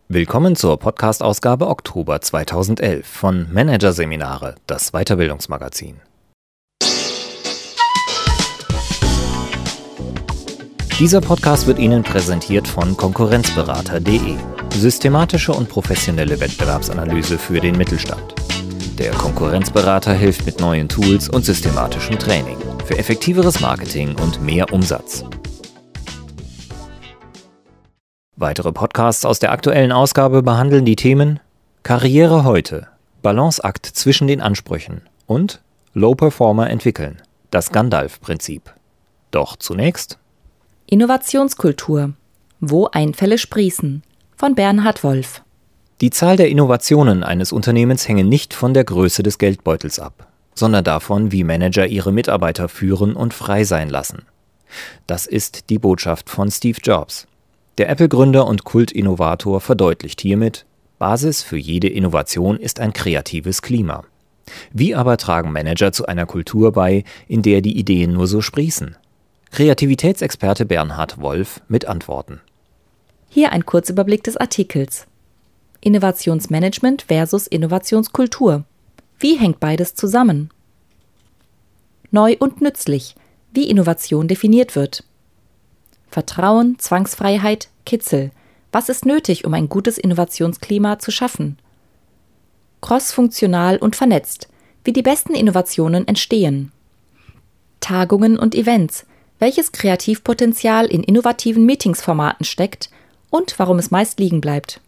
Willkommen zur Podcast-Ausgabe Oktober 2011 von Managerseminare, das Weiterbildungsmagazin. Dieser Podcast wird Ihnen präsentiert von Konkurrenzberater.de. Systematische und professionelle Wettbewerbsanalyse für den Mittelstand. Der Konkurrenzberater hilft mit neuen Tools und systematischem Training für effektiveres Marketing und mehr Umsatz. Weitere Podcasts aus der aktuellen Ausgabe behandeln die Themen Karriere heute, Balanceakt zwischen den Ansprüchen und Low Performer entwickeln, das Gandalf-Prinzip. Doch zunächst Innovationskultur, wo Einfälle sprießen, von Bernhard Wolf. Die Zahl der Innovationen eines Unternehmens hänge nicht von der Größe des Geldbeutels ab, sondern davon, wie Manager ihre Mitarbeiter führen und frei sein lassen. Das ist die Botschaft von Steve Jobs. Der Apple-Gründer und Kultinnovator verdeutlicht hiermit, Basis für jede Innovation ist ein kreatives Klima. Wie aber tragen Manager zu einer Kultur bei, in der die Ideen nur so sprießen? Kreativitätsexperte Bernhard Wolf mit Antworten. Hier ein Kurzüberblick des Artikels. Innovationsmanagement versus Innovationskultur. Wie hängt beides zusammen? Neu und nützlich, wie Innovation definiert wird. Vertrauen, Zwangsfreiheit, Kitzel. Was ist nötig, um ein gutes Innovationsklima zu schaffen? Crossfunktional und vernetzt, wie die besten Innovationen entstehen. Tagungen und Events, welches Kreativpotenzial in innovativen Meetingsformaten steckt und warum es meist liegen bleibt.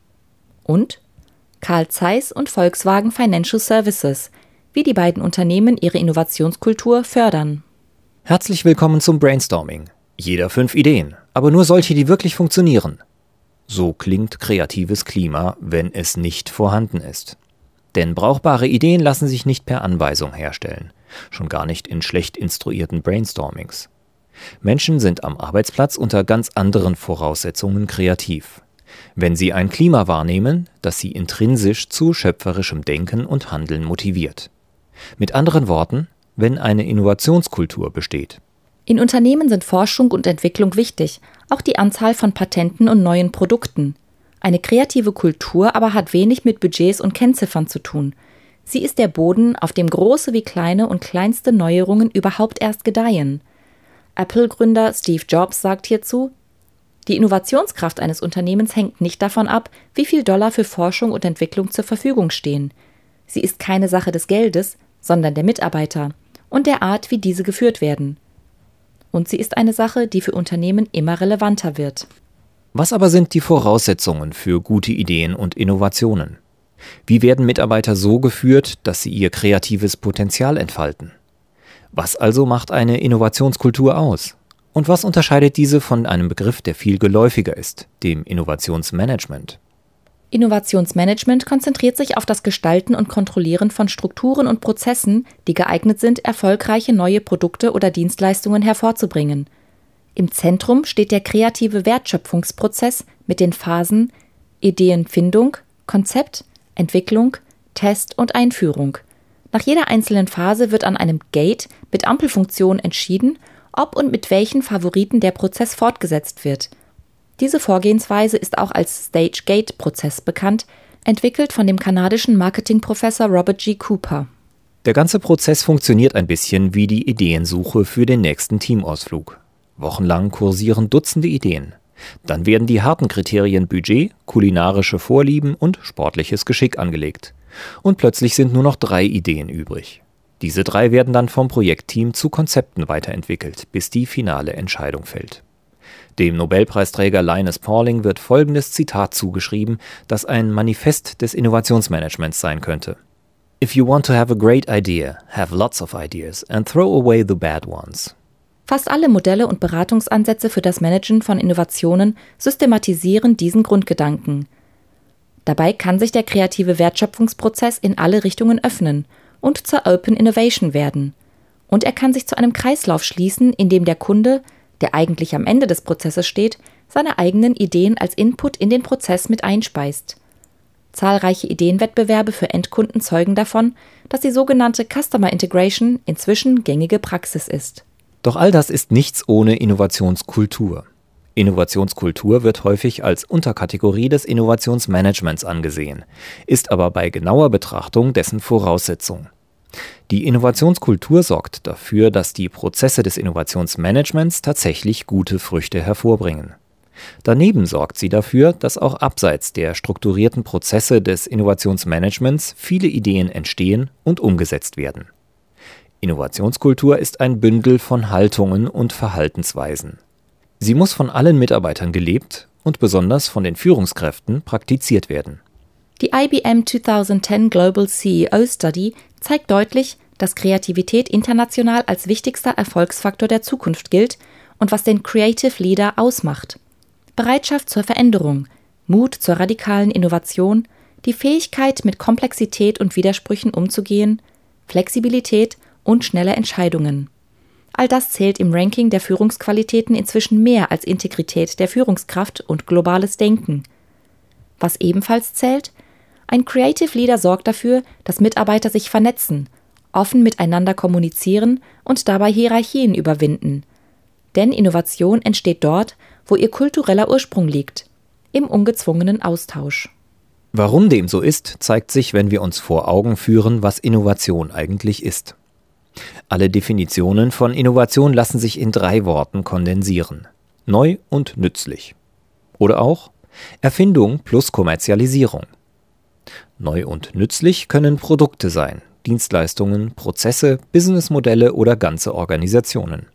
Und Carl Zeiss und Volkswagen Financial Services, wie die beiden Unternehmen ihre Innovationskultur fördern. Herzlich willkommen zum Brainstorming. Jeder 5 Ideen, aber nur solche, die wirklich funktionieren. So klingt kreatives Klima, wenn es nicht vorhanden ist. Denn brauchbare Ideen lassen sich nicht per Anweisung herstellen, schon gar nicht in schlecht instruierten Brainstormings. Menschen sind am Arbeitsplatz unter ganz anderen Voraussetzungen kreativ. Wenn sie ein Klima wahrnehmen, das sie intrinsisch zu schöpferischem Denken und Handeln motiviert. Mit anderen Worten, wenn eine Innovationskultur besteht. In Unternehmen sind Forschung und Entwicklung wichtig, auch die Anzahl von Patenten und neuen Produkten. Eine kreative Kultur aber hat wenig mit Budgets und Kennziffern zu tun. Sie ist der Boden, auf dem große wie kleine und kleinste Neuerungen überhaupt erst gedeihen. Apple-Gründer Steve Jobs sagt hierzu: Die Innovationskraft eines Unternehmens hängt nicht davon ab, wie viel Dollar für Forschung und Entwicklung zur Verfügung stehen. Sie ist keine Sache des Geldes, sondern der Mitarbeiter und der Art, wie diese geführt werden. Und sie ist eine Sache, die für Unternehmen immer relevanter wird. Was aber sind die Voraussetzungen für gute Ideen und Innovationen? Wie werden Mitarbeiter so geführt, dass sie ihr kreatives Potenzial entfalten? Was also macht eine Innovationskultur aus? Und was unterscheidet diese von einem Begriff, der viel geläufiger ist, dem Innovationsmanagement? Innovationsmanagement konzentriert sich auf das Gestalten und Kontrollieren von Strukturen und Prozessen, die geeignet sind, erfolgreiche neue Produkte oder Dienstleistungen hervorzubringen. Im Zentrum steht der kreative Wertschöpfungsprozess mit den Phasen Ideenfindung, Konzept, Entwicklung, Test und Einführung. Nach jeder einzelnen Phase wird an einem Gate mit Ampelfunktion entschieden, ob und mit welchen Favoriten der Prozess fortgesetzt wird. Diese Vorgehensweise ist auch als Stage-Gate-Prozess bekannt, entwickelt von dem kanadischen Marketingprofessor Robert G. Cooper. Der ganze Prozess funktioniert ein bisschen wie die Ideensuche für den nächsten Teamausflug. Wochenlang kursieren Dutzende Ideen. Dann werden die harten Kriterien Budget, kulinarische Vorlieben und sportliches Geschick angelegt. Und plötzlich sind nur noch 3 Ideen übrig. Diese 3 werden dann vom Projektteam zu Konzepten weiterentwickelt, bis die finale Entscheidung fällt. Dem Nobelpreisträger Linus Pauling wird folgendes Zitat zugeschrieben, das ein Manifest des Innovationsmanagements sein könnte. If you want to have a great idea, have lots of ideas and throw away the bad ones. Fast alle Modelle und Beratungsansätze für das Managen von Innovationen systematisieren diesen Grundgedanken. Dabei kann sich der kreative Wertschöpfungsprozess in alle Richtungen öffnen und zur Open Innovation werden. Und er kann sich zu einem Kreislauf schließen, in dem der Kunde, der eigentlich am Ende des Prozesses steht, seine eigenen Ideen als Input in den Prozess mit einspeist. Zahlreiche Ideenwettbewerbe für Endkunden zeugen davon, dass die sogenannte Customer Integration inzwischen gängige Praxis ist. Doch all das ist nichts ohne Innovationskultur. Innovationskultur wird häufig als Unterkategorie des Innovationsmanagements angesehen, ist aber bei genauer Betrachtung dessen Voraussetzung. Die Innovationskultur sorgt dafür, dass die Prozesse des Innovationsmanagements tatsächlich gute Früchte hervorbringen. Daneben sorgt sie dafür, dass auch abseits der strukturierten Prozesse des Innovationsmanagements viele Ideen entstehen und umgesetzt werden. Innovationskultur ist ein Bündel von Haltungen und Verhaltensweisen. Sie muss von allen Mitarbeitern gelebt und besonders von den Führungskräften praktiziert werden. Die IBM 2010 Global CEO Study zeigt deutlich, dass Kreativität international als wichtigster Erfolgsfaktor der Zukunft gilt und was den Creative Leader ausmacht. Bereitschaft zur Veränderung, Mut zur radikalen Innovation, die Fähigkeit, mit Komplexität und Widersprüchen umzugehen, Flexibilität und schnelle Entscheidungen. All das zählt im Ranking der Führungsqualitäten inzwischen mehr als Integrität der Führungskraft und globales Denken. Was ebenfalls zählt? Ein Creative Leader sorgt dafür, dass Mitarbeiter sich vernetzen, offen miteinander kommunizieren und dabei Hierarchien überwinden. Denn Innovation entsteht dort, wo ihr kultureller Ursprung liegt, im ungezwungenen Austausch. Warum dem so ist, zeigt sich, wenn wir uns vor Augen führen, was Innovation eigentlich ist. Alle Definitionen von Innovation lassen sich in 3 Worten kondensieren: neu und nützlich. Oder auch Erfindung plus Kommerzialisierung. Neu und nützlich können Produkte sein, Dienstleistungen, Prozesse, Businessmodelle oder ganze Organisationen.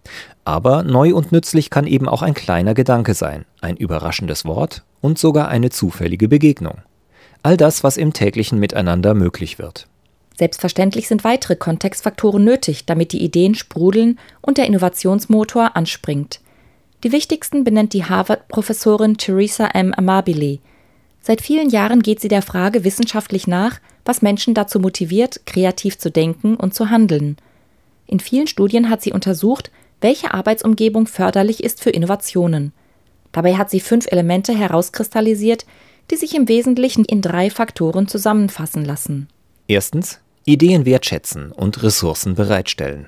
Aber neu und nützlich kann eben auch ein kleiner Gedanke sein, ein überraschendes Wort und sogar eine zufällige Begegnung. All das, was im täglichen Miteinander möglich wird. Selbstverständlich sind weitere Kontextfaktoren nötig, damit die Ideen sprudeln und der Innovationsmotor anspringt. Die wichtigsten benennt die Harvard-Professorin Teresa M. Amabile. Seit vielen Jahren geht sie der Frage wissenschaftlich nach, was Menschen dazu motiviert, kreativ zu denken und zu handeln. In vielen Studien hat sie untersucht, welche Arbeitsumgebung förderlich ist für Innovationen. Dabei hat sie 5 Elemente herauskristallisiert, die sich im Wesentlichen in 3 Faktoren zusammenfassen lassen. Erstens, Ideen wertschätzen und Ressourcen bereitstellen.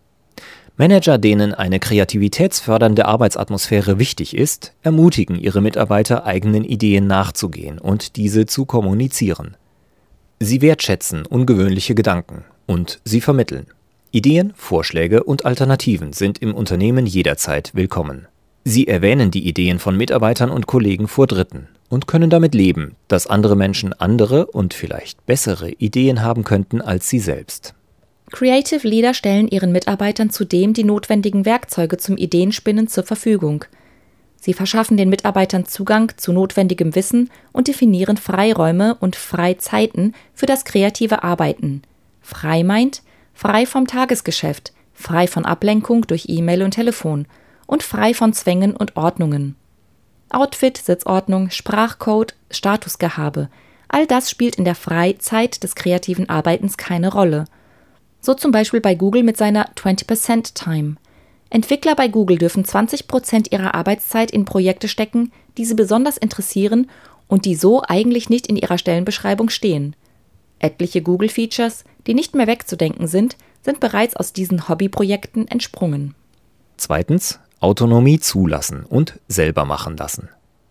Manager, denen eine kreativitätsfördernde Arbeitsatmosphäre wichtig ist, ermutigen ihre Mitarbeiter, eigenen Ideen nachzugehen und diese zu kommunizieren. Sie wertschätzen ungewöhnliche Gedanken und sie vermitteln. Ideen, Vorschläge und Alternativen sind im Unternehmen jederzeit willkommen. Sie erwähnen die Ideen von Mitarbeitern und Kollegen vor Dritten und können damit leben, dass andere Menschen andere und vielleicht bessere Ideen haben könnten als sie selbst. Creative Leader stellen ihren Mitarbeitern zudem die notwendigen Werkzeuge zum Ideenspinnen zur Verfügung. Sie verschaffen den Mitarbeitern Zugang zu notwendigem Wissen und definieren Freiräume und Freizeiten für das kreative Arbeiten. Frei meint, frei vom Tagesgeschäft, frei von Ablenkung durch E-Mail und Telefon und frei von Zwängen und Ordnungen. Outfit, Sitzordnung, Sprachcode, Statusgehabe, all das spielt in der Freizeit des kreativen Arbeitens keine Rolle. So zum Beispiel bei Google mit seiner 20% Time. Entwickler bei Google dürfen 20% ihrer Arbeitszeit in Projekte stecken, die sie besonders interessieren und die so eigentlich nicht in ihrer Stellenbeschreibung stehen. Etliche Google-Features, die nicht mehr wegzudenken sind bereits aus diesen Hobbyprojekten entsprungen. Zweitens, Autonomie zulassen und selber machen lassen.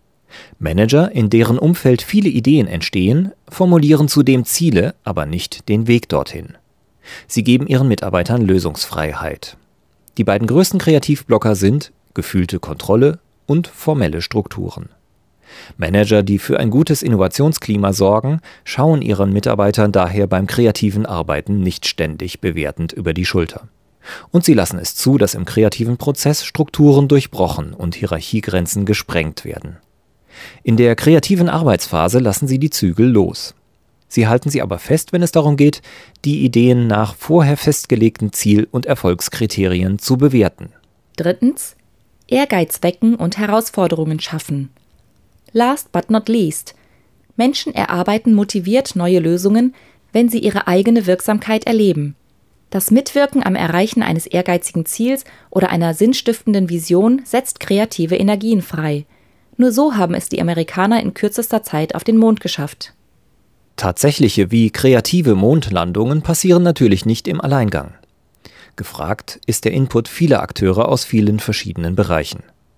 Manager, in deren Umfeld viele Ideen entstehen, formulieren zudem Ziele, aber nicht den Weg dorthin. Sie geben ihren Mitarbeitern Lösungsfreiheit. Die beiden größten Kreativblocker sind gefühlte Kontrolle und formelle Strukturen. Manager, die für ein gutes Innovationsklima sorgen, schauen ihren Mitarbeitern daher beim kreativen Arbeiten nicht ständig bewertend über die Schulter. Und sie lassen es zu, dass im kreativen Prozess Strukturen durchbrochen und Hierarchiegrenzen gesprengt werden. In der kreativen Arbeitsphase lassen sie die Zügel los. Sie halten sie aber fest, wenn es darum geht, die Ideen nach vorher festgelegten Ziel- und Erfolgskriterien zu bewerten. Drittens, Ehrgeiz wecken und Herausforderungen schaffen. Last but not least, Menschen erarbeiten motiviert neue Lösungen, wenn sie ihre eigene Wirksamkeit erleben. Das Mitwirken am Erreichen eines ehrgeizigen Ziels oder einer sinnstiftenden Vision setzt kreative Energien frei. Nur so haben es die Amerikaner in kürzester Zeit auf den Mond geschafft. Tatsächliche wie kreative Mondlandungen passieren natürlich nicht im Alleingang. Gefragt ist der Input vieler Akteure aus vielen verschiedenen Bereichen.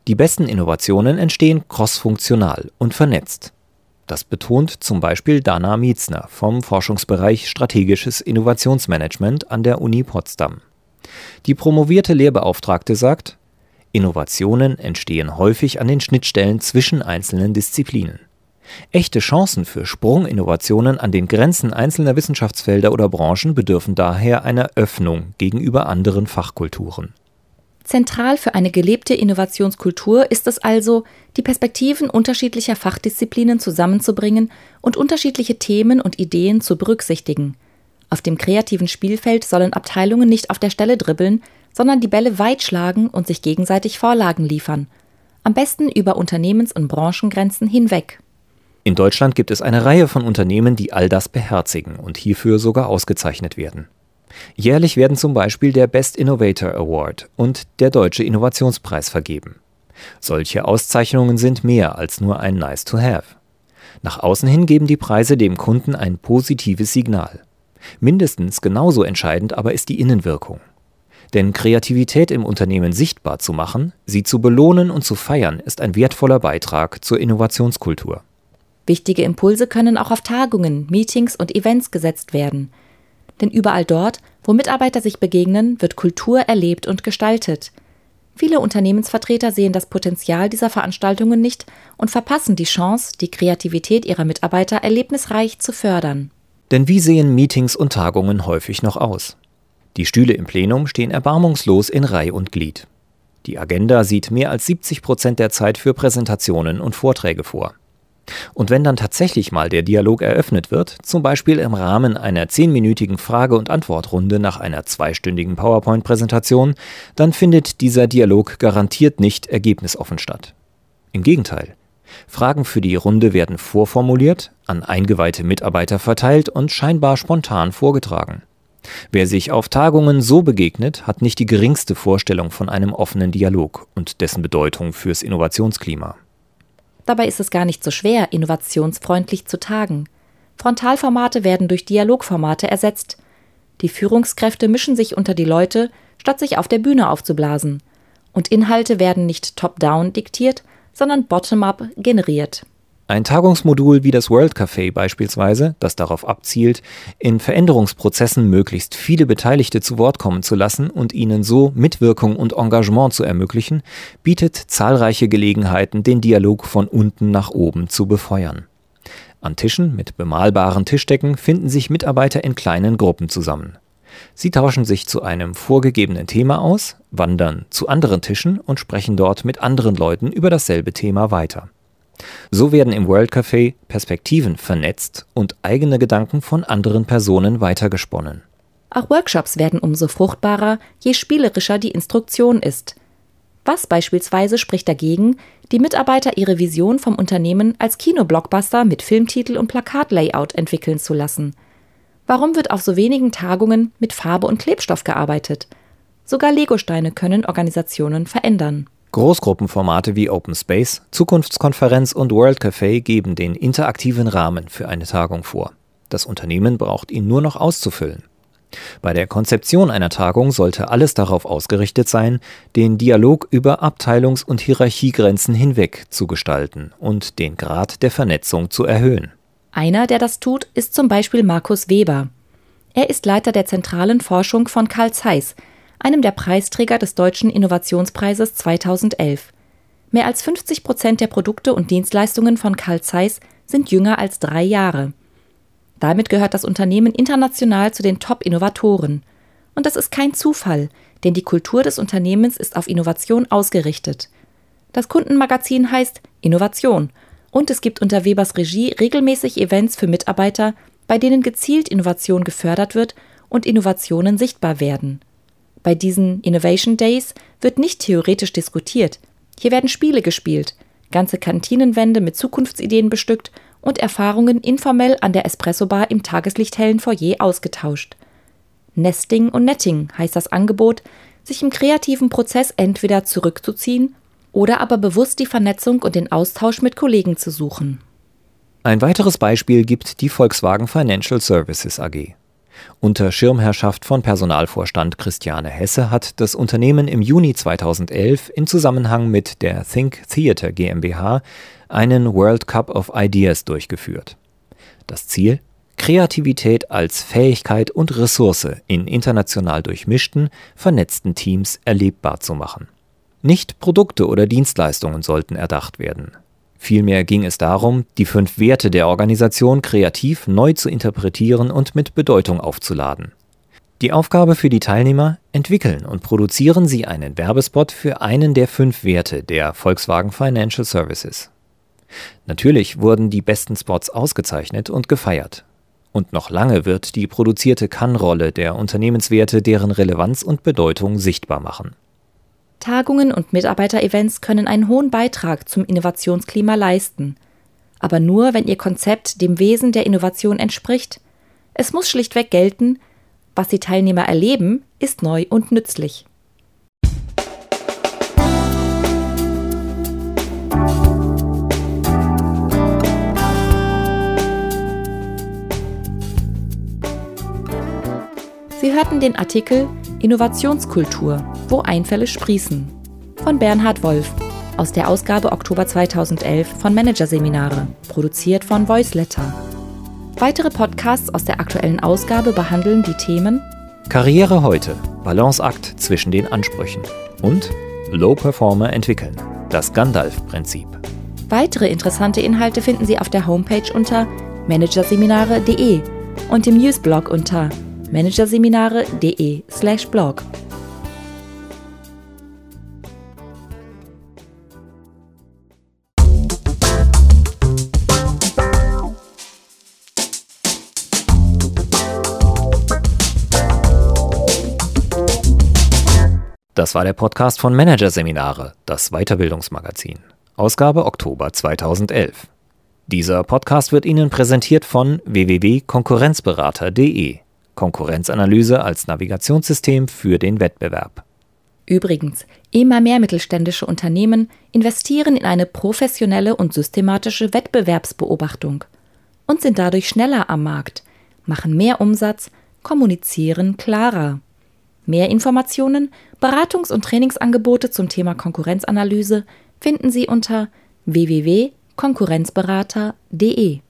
Die besten Innovationen entstehen crossfunktional und vernetzt. Das betont zum Beispiel Dana Mietzner vom Forschungsbereich Strategisches Innovationsmanagement an der Uni Potsdam. Die promovierte Lehrbeauftragte sagt, Innovationen entstehen häufig an den Schnittstellen zwischen einzelnen Disziplinen. Echte Chancen für Sprunginnovationen an den Grenzen einzelner Wissenschaftsfelder oder Branchen bedürfen daher einer Öffnung gegenüber anderen Fachkulturen. Zentral für eine gelebte Innovationskultur ist es also, die Perspektiven unterschiedlicher Fachdisziplinen zusammenzubringen und unterschiedliche Themen und Ideen zu berücksichtigen. Auf dem kreativen Spielfeld sollen Abteilungen nicht auf der Stelle dribbeln, sondern die Bälle weit schlagen und sich gegenseitig Vorlagen liefern. Am besten über Unternehmens- und Branchengrenzen hinweg. In Deutschland gibt es eine Reihe von Unternehmen, die all das beherzigen und hierfür sogar ausgezeichnet werden. Jährlich werden zum Beispiel der Best Innovator Award und der Deutsche Innovationspreis vergeben. Solche Auszeichnungen sind mehr als nur ein Nice-to-have. Nach außen hin geben die Preise dem Kunden ein positives Signal. Mindestens genauso entscheidend aber ist die Innenwirkung. Denn Kreativität im Unternehmen sichtbar zu machen, sie zu belohnen und zu feiern, ist ein wertvoller Beitrag zur Innovationskultur. Wichtige Impulse können auch auf Tagungen, Meetings und Events gesetzt werden. Denn überall dort, wo Mitarbeiter sich begegnen, wird Kultur erlebt und gestaltet. Viele Unternehmensvertreter sehen das Potenzial dieser Veranstaltungen nicht und verpassen die Chance, die Kreativität ihrer Mitarbeiter erlebnisreich zu fördern. Denn wie sehen Meetings und Tagungen häufig noch aus? Die Stühle im Plenum stehen erbarmungslos in Reih und Glied. Die Agenda sieht mehr als 70% der Zeit für Präsentationen und Vorträge vor. Und wenn dann tatsächlich mal der Dialog eröffnet wird, zum Beispiel im Rahmen einer 10-minütigen Frage- und Antwortrunde nach einer 2-stündigen PowerPoint-Präsentation, dann findet dieser Dialog garantiert nicht ergebnisoffen statt. Im Gegenteil. Fragen für die Runde werden vorformuliert, an eingeweihte Mitarbeiter verteilt und scheinbar spontan vorgetragen. Wer sich auf Tagungen so begegnet, hat nicht die geringste Vorstellung von einem offenen Dialog und dessen Bedeutung fürs Innovationsklima. Dabei ist es gar nicht so schwer, innovationsfreundlich zu tagen. Frontalformate werden durch Dialogformate ersetzt. Die Führungskräfte mischen sich unter die Leute, statt sich auf der Bühne aufzublasen. Und Inhalte werden nicht top-down diktiert, sondern bottom-up generiert. Ein Tagungsmodul wie das World Café beispielsweise, das darauf abzielt, in Veränderungsprozessen möglichst viele Beteiligte zu Wort kommen zu lassen und ihnen so Mitwirkung und Engagement zu ermöglichen, bietet zahlreiche Gelegenheiten, den Dialog von unten nach oben zu befeuern. An Tischen mit bemalbaren Tischdecken finden sich Mitarbeiter in kleinen Gruppen zusammen. Sie tauschen sich zu einem vorgegebenen Thema aus, wandern zu anderen Tischen und sprechen dort mit anderen Leuten über dasselbe Thema weiter. So werden im World Café Perspektiven vernetzt und eigene Gedanken von anderen Personen weitergesponnen. Auch Workshops werden umso fruchtbarer, je spielerischer die Instruktion ist. Was beispielsweise spricht dagegen, die Mitarbeiter ihre Vision vom Unternehmen als Kinoblockbuster mit Filmtitel und Plakatlayout entwickeln zu lassen? Warum wird auf so wenigen Tagungen mit Farbe und Klebstoff gearbeitet? Sogar Legosteine können Organisationen verändern. Großgruppenformate wie Open Space, Zukunftskonferenz und World Café geben den interaktiven Rahmen für eine Tagung vor. Das Unternehmen braucht ihn nur noch auszufüllen. Bei der Konzeption einer Tagung sollte alles darauf ausgerichtet sein, den Dialog über Abteilungs- und Hierarchiegrenzen hinweg zu gestalten und den Grad der Vernetzung zu erhöhen. Einer, der das tut, ist zum Beispiel Markus Weber. Er ist Leiter der zentralen Forschung von Carl Zeiss, einem der Preisträger des Deutschen Innovationspreises 2011. Mehr als 50% der Produkte und Dienstleistungen von Carl Zeiss sind jünger als 3 Jahre. Damit gehört das Unternehmen international zu den Top-Innovatoren. Und das ist kein Zufall, denn die Kultur des Unternehmens ist auf Innovation ausgerichtet. Das Kundenmagazin heißt Innovation und es gibt unter Webers Regie regelmäßig Events für Mitarbeiter, bei denen gezielt Innovation gefördert wird und Innovationen sichtbar werden. Bei diesen Innovation Days wird nicht theoretisch diskutiert. Hier werden Spiele gespielt, ganze Kantinenwände mit Zukunftsideen bestückt und Erfahrungen informell an der Espresso-Bar im tageslichthellen Foyer ausgetauscht. Nesting und Netting heißt das Angebot, sich im kreativen Prozess entweder zurückzuziehen oder aber bewusst die Vernetzung und den Austausch mit Kollegen zu suchen. Ein weiteres Beispiel gibt die Volkswagen Financial Services AG. Unter Schirmherrschaft von Personalvorstand Christiane Hesse hat das Unternehmen im Juni 2011 in Zusammenhang mit der Think Theater GmbH einen World Cup of Ideas durchgeführt. Das Ziel? Kreativität als Fähigkeit und Ressource in international durchmischten, vernetzten Teams erlebbar zu machen. Nicht Produkte oder Dienstleistungen sollten erdacht werden. Vielmehr ging es darum, die 5 Werte der Organisation kreativ neu zu interpretieren und mit Bedeutung aufzuladen. Die Aufgabe für die Teilnehmer: entwickeln und produzieren sie einen Werbespot für einen der 5 Werte der Volkswagen Financial Services. Natürlich wurden die besten Spots ausgezeichnet und gefeiert. Und noch lange wird die produzierte Kann-Rolle der Unternehmenswerte deren Relevanz und Bedeutung sichtbar machen. Tagungen und Mitarbeiterevents können einen hohen Beitrag zum Innovationsklima leisten. Aber nur, wenn ihr Konzept dem Wesen der Innovation entspricht. Es muss schlichtweg gelten: was die Teilnehmer erleben, ist neu und nützlich. Sie hörten den Artikel Innovationskultur, wo Einfälle sprießen von Bernhard Wolf aus der Ausgabe Oktober 2011 von Managerseminare, produziert von Voiceletter. Weitere Podcasts aus der aktuellen Ausgabe behandeln die Themen Karriere heute, Balanceakt zwischen den Ansprüchen und Low Performer entwickeln, das Gandalf-Prinzip. Weitere interessante Inhalte finden Sie auf der Homepage unter managerseminare.de und im Newsblog unter managerseminare.de/blog. Das war der Podcast von Managerseminare, das Weiterbildungsmagazin. Ausgabe Oktober 2011. Dieser Podcast wird Ihnen präsentiert von www.konkurrenzberater.de. Konkurrenzanalyse als Navigationssystem für den Wettbewerb. Übrigens, immer mehr mittelständische Unternehmen investieren in eine professionelle und systematische Wettbewerbsbeobachtung und sind dadurch schneller am Markt, machen mehr Umsatz, kommunizieren klarer. Mehr Informationen, Beratungs- und Trainingsangebote zum Thema Konkurrenzanalyse finden Sie unter www.konkurrenzberater.de.